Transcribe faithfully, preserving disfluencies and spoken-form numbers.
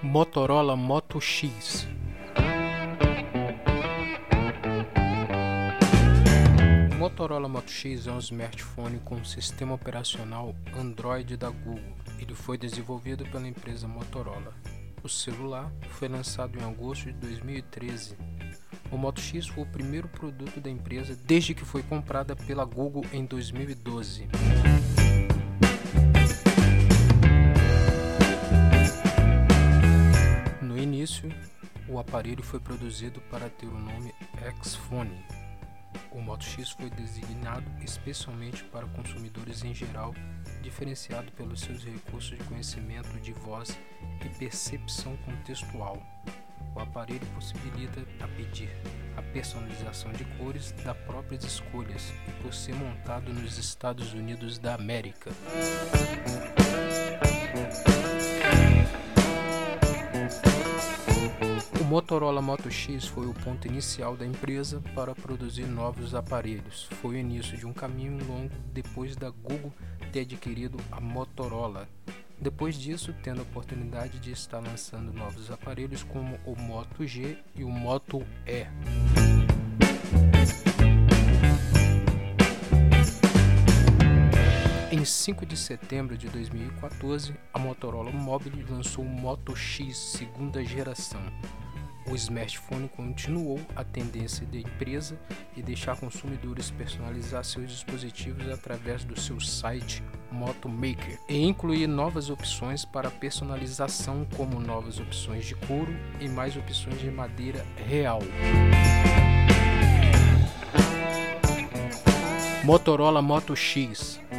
Motorola Moto X. O Motorola Moto X é um smartphone com sistema operacional Android da Google. Ele foi desenvolvido pela empresa Motorola. O celular foi lançado em agosto de dois mil e treze. O Moto X foi o primeiro produto da empresa desde que foi comprada pela Google em dois mil e doze. No início, o aparelho foi produzido para ter o nome X-Phone. O Moto X foi designado especialmente para consumidores em geral, diferenciado pelos seus recursos de conhecimento de voz e percepção contextual. O aparelho possibilita a pedir a personalização de cores das próprias escolhas e por ser montado nos Estados Unidos da América. O Motorola Moto X foi o ponto inicial da empresa para produzir novos aparelhos. Foi o início de um caminho longo depois da Google ter adquirido a Motorola. Depois disso, tendo a oportunidade de estar lançando novos aparelhos como o Moto G e o Moto E. Em cinco de setembro de dois mil e quatorze, a Motorola Mobile lançou o Moto X segunda geração. O smartphone continuou a tendência da empresa de deixar consumidores personalizar seus dispositivos através do seu site Moto Maker e incluir novas opções para personalização, como novas opções de couro e mais opções de madeira real. Motorola Moto X.